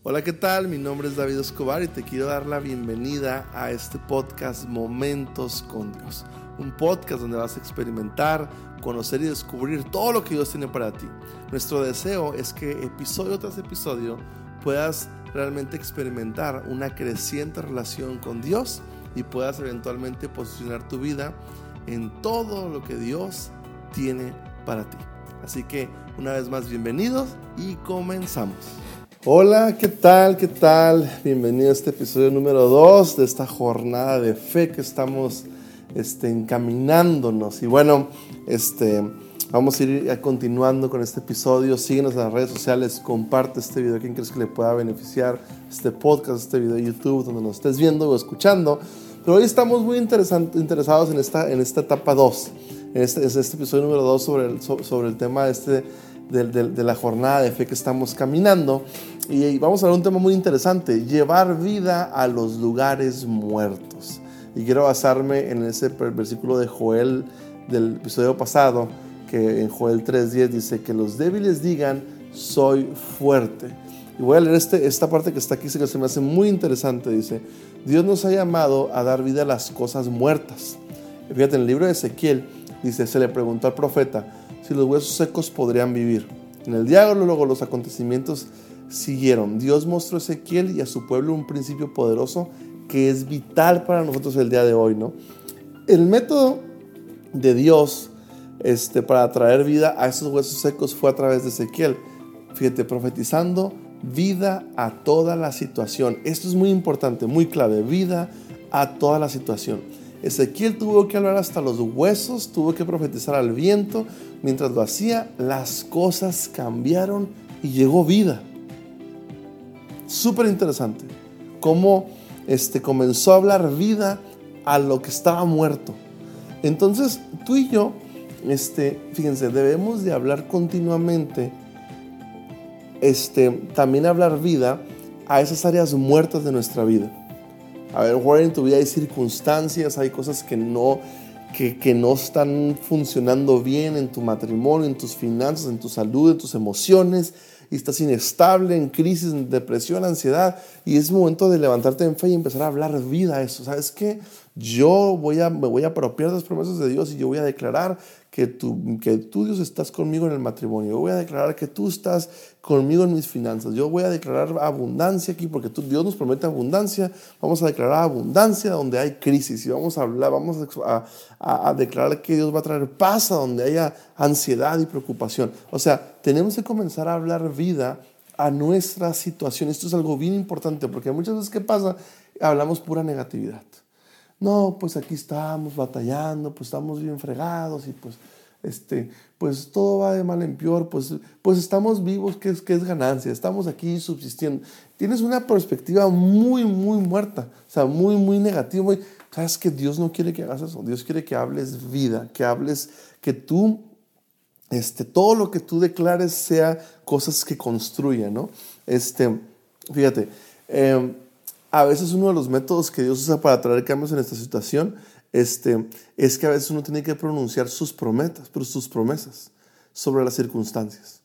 Hola, ¿qué tal? Mi nombre es David Escobar y te quiero dar la bienvenida a este podcast Momentos con Dios. Un podcast donde vas a experimentar, conocer y descubrir todo lo que Dios tiene para ti. Nuestro deseo es que episodio tras episodio puedas realmente experimentar una creciente relación con Dios y puedas eventualmente posicionar tu vida en todo lo que Dios tiene para ti. Así que una vez más, bienvenidos y comenzamos. Hola, ¿qué tal? ¿Qué tal? Bienvenido a este episodio número 2 de esta jornada de fe que estamos encaminándonos. Y bueno, vamos a ir continuando con este episodio. Síguenos en las redes sociales, comparte este video a quien crees que le pueda beneficiar, este podcast, este video de YouTube, donde nos estés viendo o escuchando. Pero hoy estamos muy interesados en esta etapa 2, en este episodio número 2 sobre el tema de la jornada de fe que estamos caminando. Y vamos a hablar de un tema muy interesante: llevar vida a los lugares muertos. Y quiero basarme en ese versículo de Joel del episodio pasado, que en Joel 3:10 dice que los débiles digan soy fuerte. Y voy a leer esta parte que está aquí, que se me hace muy interesante. Dice: Dios nos ha llamado a dar vida a las cosas muertas. Y fíjate, en el libro de Ezequiel dice: se le preguntó al profeta si los huesos secos podrían vivir. En el diálogo los acontecimientos siguieron. Dios mostró a Ezequiel y a su pueblo un principio poderoso que es vital para nosotros el día de hoy, ¿no? El método de Dios para traer vida a esos huesos secos fue a través de Ezequiel. Fíjate, profetizando vida a toda la situación. Esto es muy importante, muy clave: vida a toda la situación. Ezequiel tuvo que hablar hasta los huesos, tuvo que profetizar al viento. Mientras lo hacía, las cosas cambiaron y llegó vida. Súper interesante cómo comenzó a hablar vida a lo que estaba muerto. Entonces, tú y yo, fíjense, debemos de hablar continuamente, también hablar vida a esas áreas muertas de nuestra vida. A ver, en tu vida hay circunstancias, hay cosas que no están funcionando bien en tu matrimonio, en tus finanzas, en tu salud, en tus emociones, y estás inestable, en crisis, en depresión, ansiedad, y es momento de levantarte en fe y empezar a hablar vida a eso. ¿Sabes qué? Yo me voy a apropiar de las promesas de Dios y yo voy a declarar que tú, Dios, estás conmigo en el matrimonio. Yo voy a declarar que tú estás conmigo en mis finanzas. Yo voy a declarar abundancia aquí porque Dios nos promete abundancia. Vamos a declarar abundancia donde hay crisis y vamos a declarar que Dios va a traer paz a donde haya ansiedad y preocupación. O sea, tenemos que comenzar a hablar vida a nuestra situación. Esto es algo bien importante porque muchas veces, ¿qué pasa? Hablamos pura negatividad. No, pues aquí estamos batallando, pues estamos bien fregados y pues todo va de mal en peor, pues estamos vivos, que es ganancia, estamos aquí subsistiendo. Tienes una perspectiva muy, muy muerta, o sea, muy, muy negativa. Sabes que Dios no quiere que hagas eso. Dios quiere que hables vida, que hables, que tú, todo lo que tú declares sea cosas que construyan, ¿no? Fíjate, a veces uno de los métodos que Dios usa para traer cambios en esta situación es que a veces uno tiene que pronunciar sus promesas sobre las circunstancias.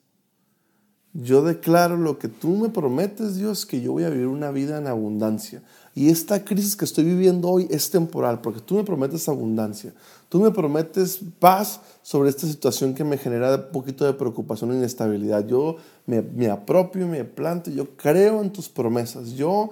Yo declaro lo que tú me prometes, Dios, que yo voy a vivir una vida en abundancia. Y esta crisis que estoy viviendo hoy es temporal, porque tú me prometes abundancia. Tú me prometes paz sobre esta situación que me genera un poquito de preocupación e inestabilidad. Yo me apropio, me planto, yo creo en tus promesas. Yo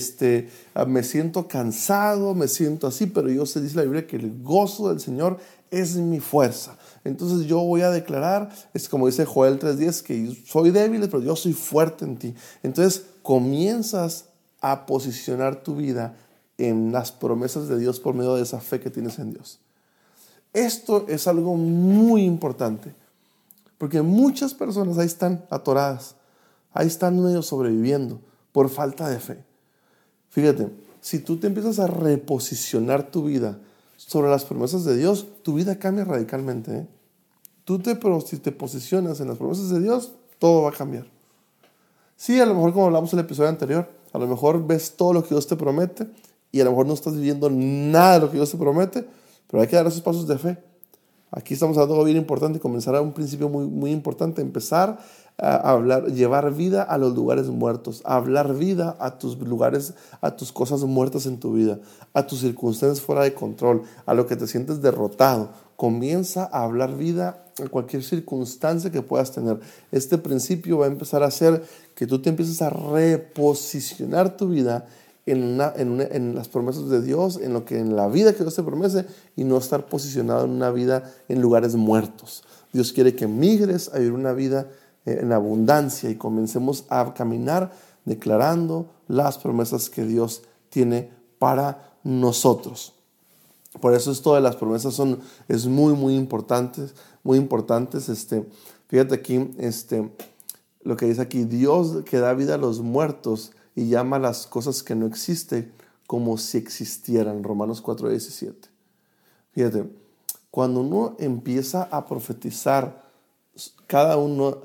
me siento cansado, me siento así, pero dice la Biblia que el gozo del Señor es mi fuerza. Entonces yo voy a declarar, es como dice Joel 3:10, que soy débil, pero yo soy fuerte en ti. Entonces comienzas a posicionar tu vida en las promesas de Dios por medio de esa fe que tienes en Dios. Esto es algo muy importante, porque muchas personas ahí están atoradas, ahí están medio sobreviviendo por falta de fe. Fíjate, si tú te empiezas a reposicionar tu vida sobre las promesas de Dios, tu vida cambia radicalmente, ¿eh? Si te posicionas en las promesas de Dios, todo va a cambiar. Sí, a lo mejor, como hablamos en el episodio anterior, a lo mejor ves todo lo que Dios te promete y a lo mejor no estás viviendo nada de lo que Dios te promete, pero hay que dar esos pasos de fe. Aquí estamos hablando de algo bien importante, comenzar a un principio muy, muy importante, empezar a hablar, llevar vida a los lugares muertos, a hablar vida a tus lugares, a tus cosas muertas en tu vida, a tus circunstancias fuera de control, a lo que te sientes derrotado. Comienza a hablar vida a cualquier circunstancia que puedas tener. Este principio va a empezar a hacer que tú te empieces a reposicionar tu vida en las promesas de Dios, en la vida que Dios te promete, y no estar posicionado en una vida en lugares muertos. Dios quiere que migres a vivir una vida en abundancia y comencemos a caminar declarando las promesas que Dios tiene para nosotros. Por eso esto de las promesas es muy, muy importantes, muy importantes. Fíjate aquí, lo que dice aquí: Dios que da vida a los muertos y llama a las cosas que no existen como si existieran. Romanos 4:17. Fíjate, cuando uno empieza a profetizar cada uno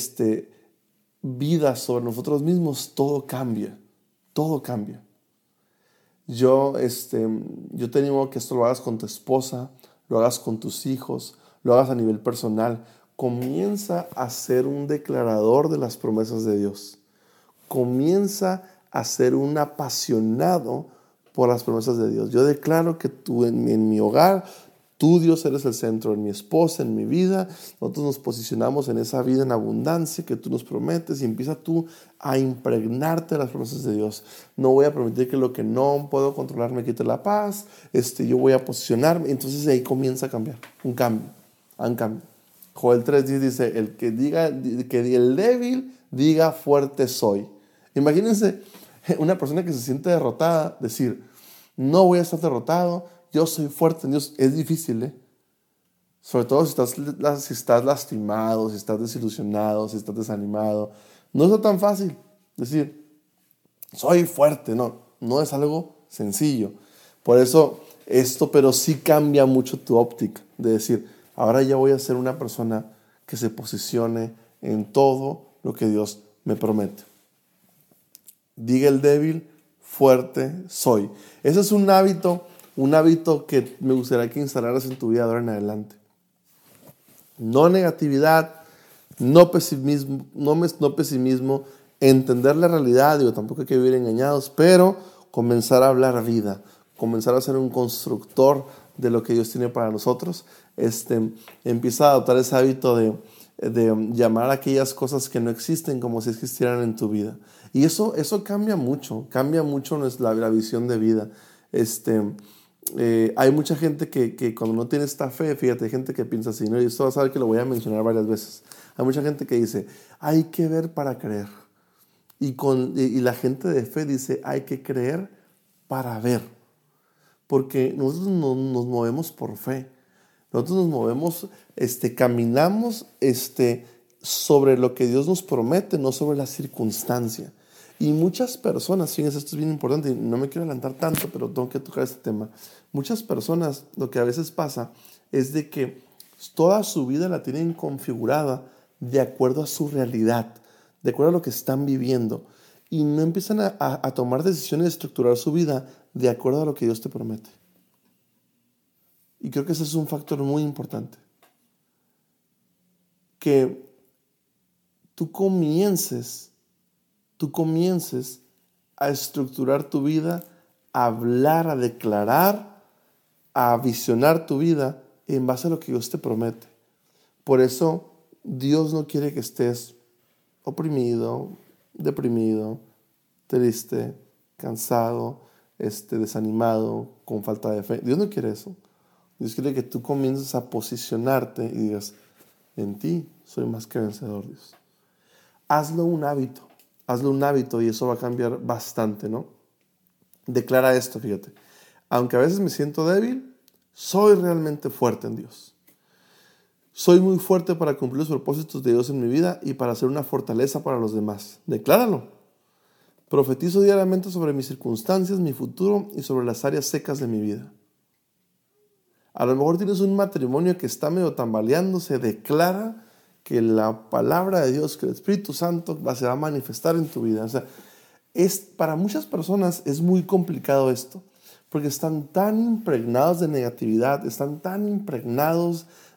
vida sobre nosotros mismos, todo cambia, todo cambia. Yo te animo a que esto lo hagas con tu esposa, lo hagas con tus hijos, lo hagas a nivel personal. Comienza a ser un declarador de las promesas de Dios. Comienza a ser un apasionado por las promesas de Dios. Yo declaro que tú en mi hogar, tú, Dios, eres el centro, en mi esposa, en mi vida. Nosotros nos posicionamos en esa vida en abundancia que tú nos prometes, y empieza tú a impregnarte de las promesas de Dios. No voy a permitir que lo que no puedo controlar me quite la paz. Yo voy a posicionarme. Entonces ahí comienza a cambiar, un cambio. Joel 3:10 dice: el débil diga fuerte soy. Imagínense una persona que se siente derrotada decir: no voy a estar derrotado, yo soy fuerte en Dios. Es difícil, sobre todo si estás lastimado, si estás desilusionado, si estás desanimado. No es tan fácil decir soy fuerte. No es algo sencillo. Por eso pero sí cambia mucho tu óptica de decir: ahora ya voy a ser una persona que se posicione en todo lo que Dios me promete. Diga el débil, fuerte soy. Ese es un hábito que me gustaría que instalaras en tu vida de ahora en adelante. No negatividad, no pesimismo, entender la realidad. Tampoco hay que vivir engañados, pero comenzar a hablar vida, comenzar a ser un constructor de lo que Dios tiene para nosotros. Empieza a adoptar ese hábito de llamar a aquellas cosas que no existen como si existieran en tu vida. Y eso cambia mucho la visión de vida. Hay mucha gente que cuando no tiene esta fe, fíjate, hay gente que piensa así, ¿no? Y esto vas a ver que lo voy a mencionar varias veces. Hay mucha gente que dice: hay que ver para creer. Y la gente de fe dice: hay que creer para ver. Porque nosotros nos movemos por fe. Nosotros nos movemos, caminamos sobre lo que Dios nos promete, no sobre la circunstancia. Y muchas personas, fíjense, esto es bien importante, y no me quiero adelantar tanto, pero tengo que tocar este tema. Muchas personas, lo que a veces pasa es de que toda su vida la tienen configurada de acuerdo a su realidad, de acuerdo a lo que están viviendo, y no empiezan a tomar decisiones de estructurar su vida de acuerdo a lo que Dios te promete. Y creo que ese es un factor muy importante. Que tú comiences a estructurar tu vida, a hablar, a declarar, a visionar tu vida en base a lo que Dios te promete. Por eso Dios no quiere que estés oprimido, deprimido, triste, cansado, desanimado, con falta de fe. Dios no quiere eso. Dios quiere que tú comiences a posicionarte y digas: en ti soy más que vencedor, Dios. Hazlo un hábito y eso va a cambiar bastante, ¿no? Declara esto, fíjate: aunque a veces me siento débil, soy realmente fuerte en Dios. Soy muy fuerte para cumplir los propósitos de Dios en mi vida y para ser una fortaleza para los demás. Decláralo. Profetizo diariamente sobre mis circunstancias, mi futuro y sobre las áreas secas de mi vida. A lo mejor tienes un matrimonio que está medio tambaleándose. Declara que la palabra de Dios, que el Espíritu Santo se va a manifestar en tu vida. O sea, para muchas personas es muy complicado esto, porque están tan impregnados de negatividad, están tan impregnados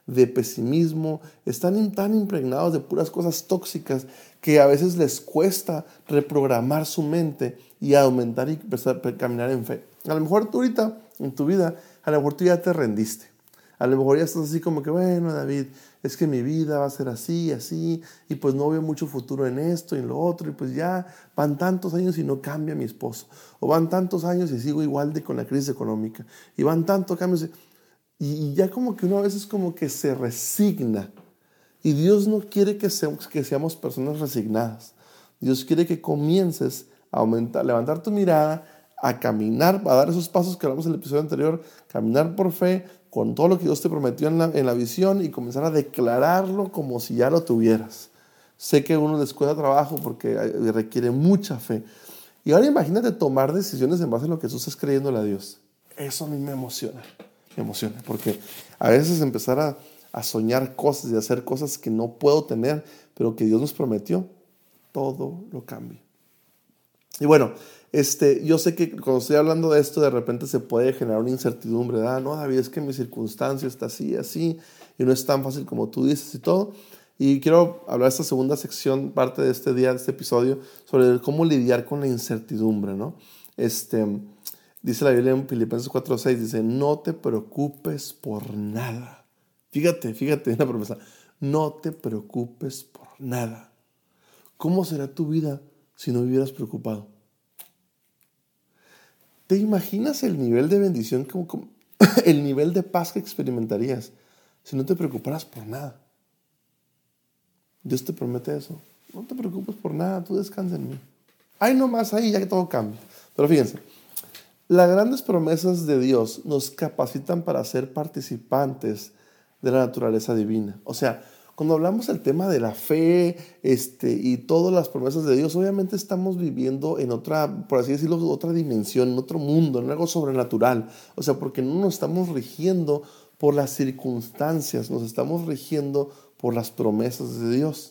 de pesimismo, están tan impregnados de puras cosas tóxicas que a veces les cuesta reprogramar su mente y aumentar y empezar a caminar en fe. A lo mejor tú ahorita en tu vida, a lo mejor tú ya te rendiste. A lo mejor ya estás así como que, bueno, David, es que mi vida va a ser así, así, y pues no veo mucho futuro en esto y en lo otro, y pues ya van tantos años y no cambia mi esposo, o van tantos años y sigo igual con la crisis económica, y van tantos cambios, y ya como que uno a veces como que se resigna, y Dios no quiere que seamos personas resignadas. Dios quiere que comiences a levantar tu mirada, a caminar, a dar esos pasos que hablamos en el episodio anterior, caminar por fe, con todo lo que Dios te prometió en la visión y comenzar a declararlo como si ya lo tuvieras. Sé que a uno les cuesta trabajo porque requiere mucha fe. Y ahora imagínate tomar decisiones en base a lo que tú estás creyéndole a Dios. Eso a mí me emociona, porque a veces empezar a soñar cosas y hacer cosas que no puedo tener, pero que Dios nos prometió, todo lo cambia. Y bueno, yo sé que cuando estoy hablando de esto, de repente se puede generar una incertidumbre, ¿verdad? No, David, es que mi circunstancia está así, así, y no es tan fácil como tú dices y todo. Y quiero hablar de esta segunda sección, parte de este día, de este episodio, sobre cómo lidiar con la incertidumbre, ¿no? Dice la Biblia en Filipenses 4:6, dice, no te preocupes por nada. Fíjate, la promesa, no te preocupes por nada. ¿Cómo será tu vida si no vivieras preocupado? ¿Te imaginas el nivel de bendición, el nivel de paz que experimentarías si no te preocuparas por nada? Dios te promete eso. No te preocupes por nada, tú descansa en mí. Ahí nomás, ahí ya que todo cambia. Pero fíjense, las grandes promesas de Dios nos capacitan para ser participantes de la naturaleza divina. O sea, cuando hablamos del tema de la fe y todas las promesas de Dios, obviamente estamos viviendo en otra, por así decirlo, otra dimensión, en otro mundo, en algo sobrenatural. O sea, porque no nos estamos rigiendo por las circunstancias, nos estamos rigiendo por las promesas de Dios.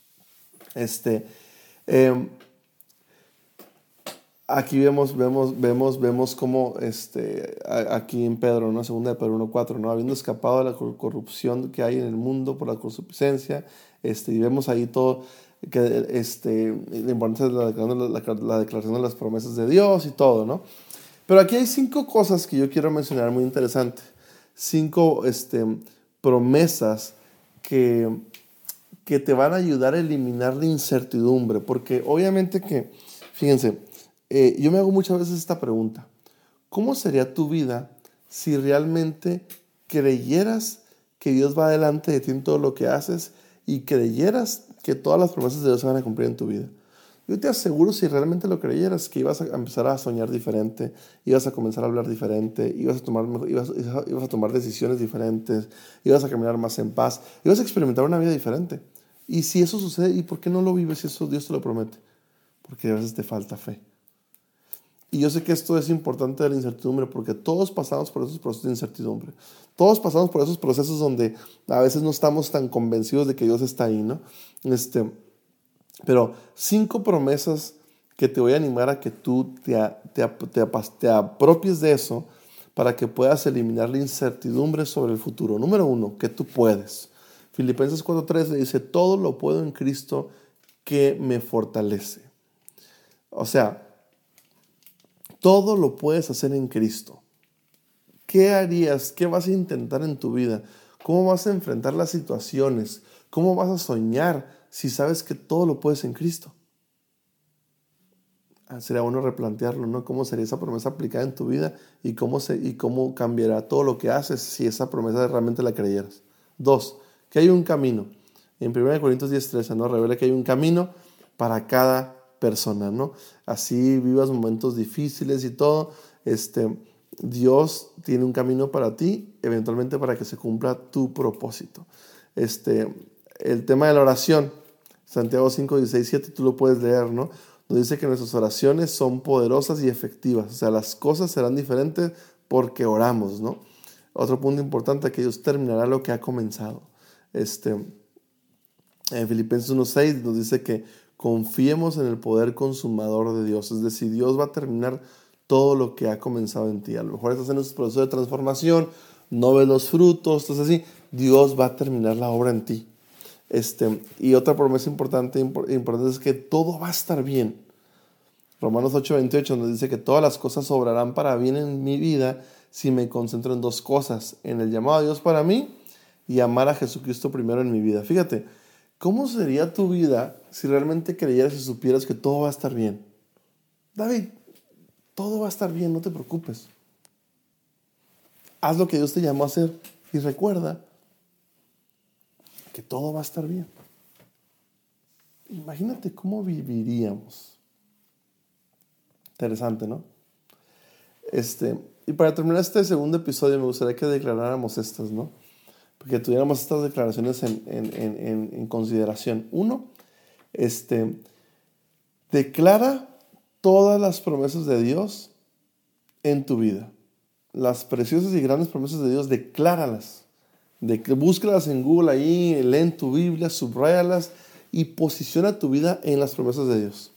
Aquí vemos cómo aquí en Pedro, ¿no? Segunda de Pedro 1:4, ¿no? Habiendo escapado de la corrupción que hay en el mundo por la concupiscencia, y vemos ahí todo que la importancia de la declaración de las promesas de Dios y todo, ¿no? Pero aquí hay 5 cosas que yo quiero mencionar muy interesantes. 5 promesas que te van a ayudar a eliminar la incertidumbre, porque obviamente que, fíjense, yo me hago muchas veces esta pregunta: ¿cómo sería tu vida si realmente creyeras que Dios va delante de ti en todo lo que haces y creyeras que todas las promesas de Dios se van a cumplir en tu vida? Yo te aseguro, si realmente lo creyeras, que ibas a empezar a soñar diferente, ibas a comenzar a hablar diferente, ibas a tomar decisiones diferentes, ibas a caminar más en paz, ibas a experimentar una vida diferente. Y si eso sucede, ¿y por qué no lo vives si eso Dios te lo promete? Porque a veces te falta fe. Y yo sé que esto es importante de la incertidumbre, porque todos pasamos por esos procesos de incertidumbre. Todos pasamos por esos procesos donde a veces no estamos tan convencidos de que Dios está ahí, ¿no? Pero 5 promesas que te voy a animar a que tú te apropies de eso para que puedas eliminar la incertidumbre sobre el futuro. Número 1, que tú puedes. Filipenses 4:13 dice, todo lo puedo en Cristo que me fortalece. O sea, todo lo puedes hacer en Cristo. ¿Qué harías? ¿Qué vas a intentar en tu vida? ¿Cómo vas a enfrentar las situaciones? ¿Cómo vas a soñar si sabes que todo lo puedes en Cristo? Sería bueno replantearlo, ¿no? ¿Cómo sería esa promesa aplicada en tu vida y cómo cambiará todo lo que haces si esa promesa realmente la creyeras? 2, que hay un camino. En 1 Corintios 10:13, ¿no? Revela que hay un camino para cada persona, ¿no? Así vivas momentos difíciles y todo, Dios tiene un camino para ti, eventualmente para que se cumpla tu propósito. El tema de la oración, Santiago 5:16-17, tú lo puedes leer, ¿no? Nos dice que nuestras oraciones son poderosas y efectivas, o sea, las cosas serán diferentes porque oramos, ¿no? Otro punto importante, que Dios terminará lo que ha comenzado. En Filipenses 1:6 nos dice que confiemos en el poder consumador de Dios. Es decir, Dios va a terminar todo lo que ha comenzado en ti. A lo mejor estás en un proceso de transformación, no ves los frutos, entonces así, Dios va a terminar la obra en ti. Y otra promesa importante es que todo va a estar bien. Romanos 8:28 nos dice que todas las cosas obrarán para bien en mi vida si me concentro en dos cosas, en el llamado a Dios para mí y amar a Jesucristo primero en mi vida. Fíjate, ¿cómo sería tu vida si realmente creyeras y supieras que todo va a estar bien? David, todo va a estar bien, no te preocupes. Haz lo que Dios te llamó a hacer y recuerda que todo va a estar bien. Imagínate cómo viviríamos. Interesante, ¿no? Y para terminar este segundo episodio me gustaría que declaráramos estas, ¿no? Porque tuviéramos estas declaraciones en consideración. Uno, declara todas las promesas de Dios en tu vida. Las preciosas y grandes promesas de Dios, decláralas. Búscalas en Google ahí, lee en tu Biblia, subráyalas y posiciona tu vida en las promesas de Dios.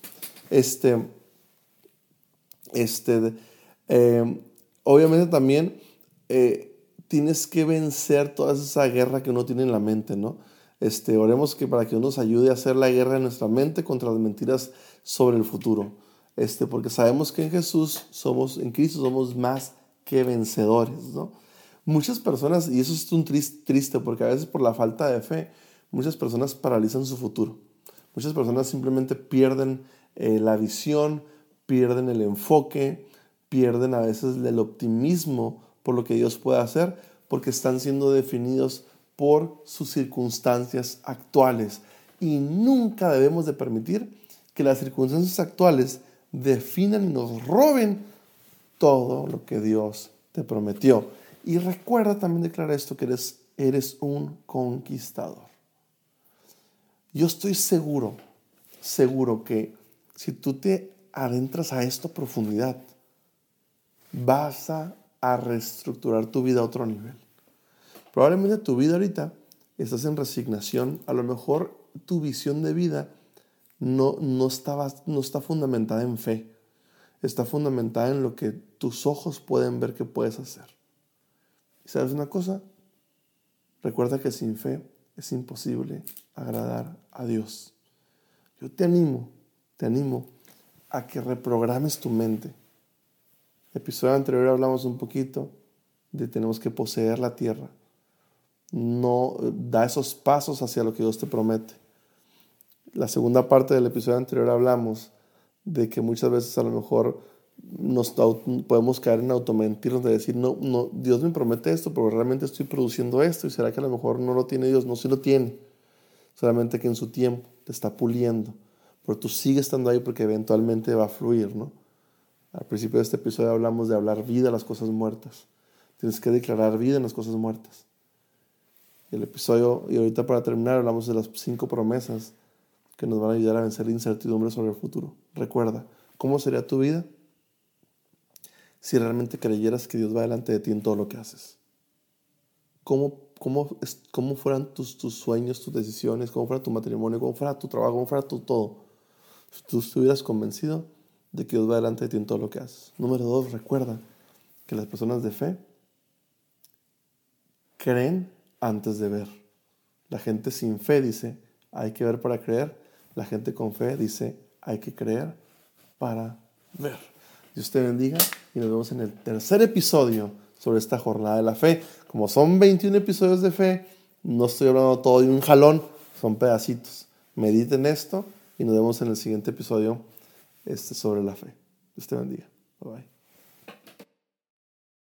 Obviamente también tienes que vencer toda esa guerra que uno tiene en la mente, ¿no? Oremos para que Dios nos ayude a hacer la guerra en nuestra mente contra las mentiras sobre el futuro. Porque sabemos que en Cristo somos más que vencedores, ¿no? Muchas personas, y eso es un triste, porque a veces por la falta de fe, muchas personas paralizan su futuro. Muchas personas simplemente pierden la visión, pierden el enfoque, pierden a veces el optimismo por lo que Dios puede hacer, porque están siendo definidos por sus circunstancias actuales. Y nunca debemos de permitir que las circunstancias actuales definan y nos roben todo lo que Dios te prometió. Y recuerda también declarar esto, que eres un conquistador. Yo estoy seguro que si tú te adentras a esta profundidad, vas a reestructurar tu vida a otro nivel. Probablemente tu vida ahorita estás en resignación. A lo mejor tu visión de vida no está fundamentada en fe. Está fundamentada en lo que tus ojos pueden ver que puedes hacer. ¿Y sabes una cosa? Recuerda que sin fe es imposible agradar a Dios. Yo te animo a que reprogrames tu mente. El episodio anterior hablamos un poquito de tenemos que poseer la tierra. No da esos pasos hacia lo que Dios te promete. La segunda parte del episodio anterior hablamos de que muchas veces a lo mejor podemos caer en automentirnos de decir, no, Dios me promete esto, pero realmente estoy produciendo esto, y será que a lo mejor no lo tiene Dios. No, sí lo tiene, solamente que en su tiempo te está puliendo, pero tú sigues estando ahí porque eventualmente va a fluir, ¿no? Al principio de este episodio hablamos de hablar vida a las cosas muertas. Tienes que declarar vida en las cosas muertas. Y ahorita para terminar hablamos de las 5 promesas que nos van a ayudar a vencer la incertidumbre sobre el futuro. Recuerda, ¿cómo sería tu vida si realmente creyeras que Dios va delante de ti en todo lo que haces? ¿Cómo fueran tus sueños, tus decisiones, cómo fuera tu matrimonio, cómo fuera tu trabajo, cómo fuera tu todo? Si tú estuvieras convencido de que Dios va delante de ti en todo lo que haces. Número 2, recuerda que las personas de fe creen antes de ver. La gente sin fe dice, hay que ver para creer. La gente con fe dice, hay que creer para ver. Dios te bendiga y nos vemos en el tercer episodio sobre esta jornada de la fe. Como son 21 episodios de fe, no estoy hablando todo de un jalón, son pedacitos. Mediten esto y nos vemos en el siguiente episodio sobre la fe. Dios te bendiga. Bye bye.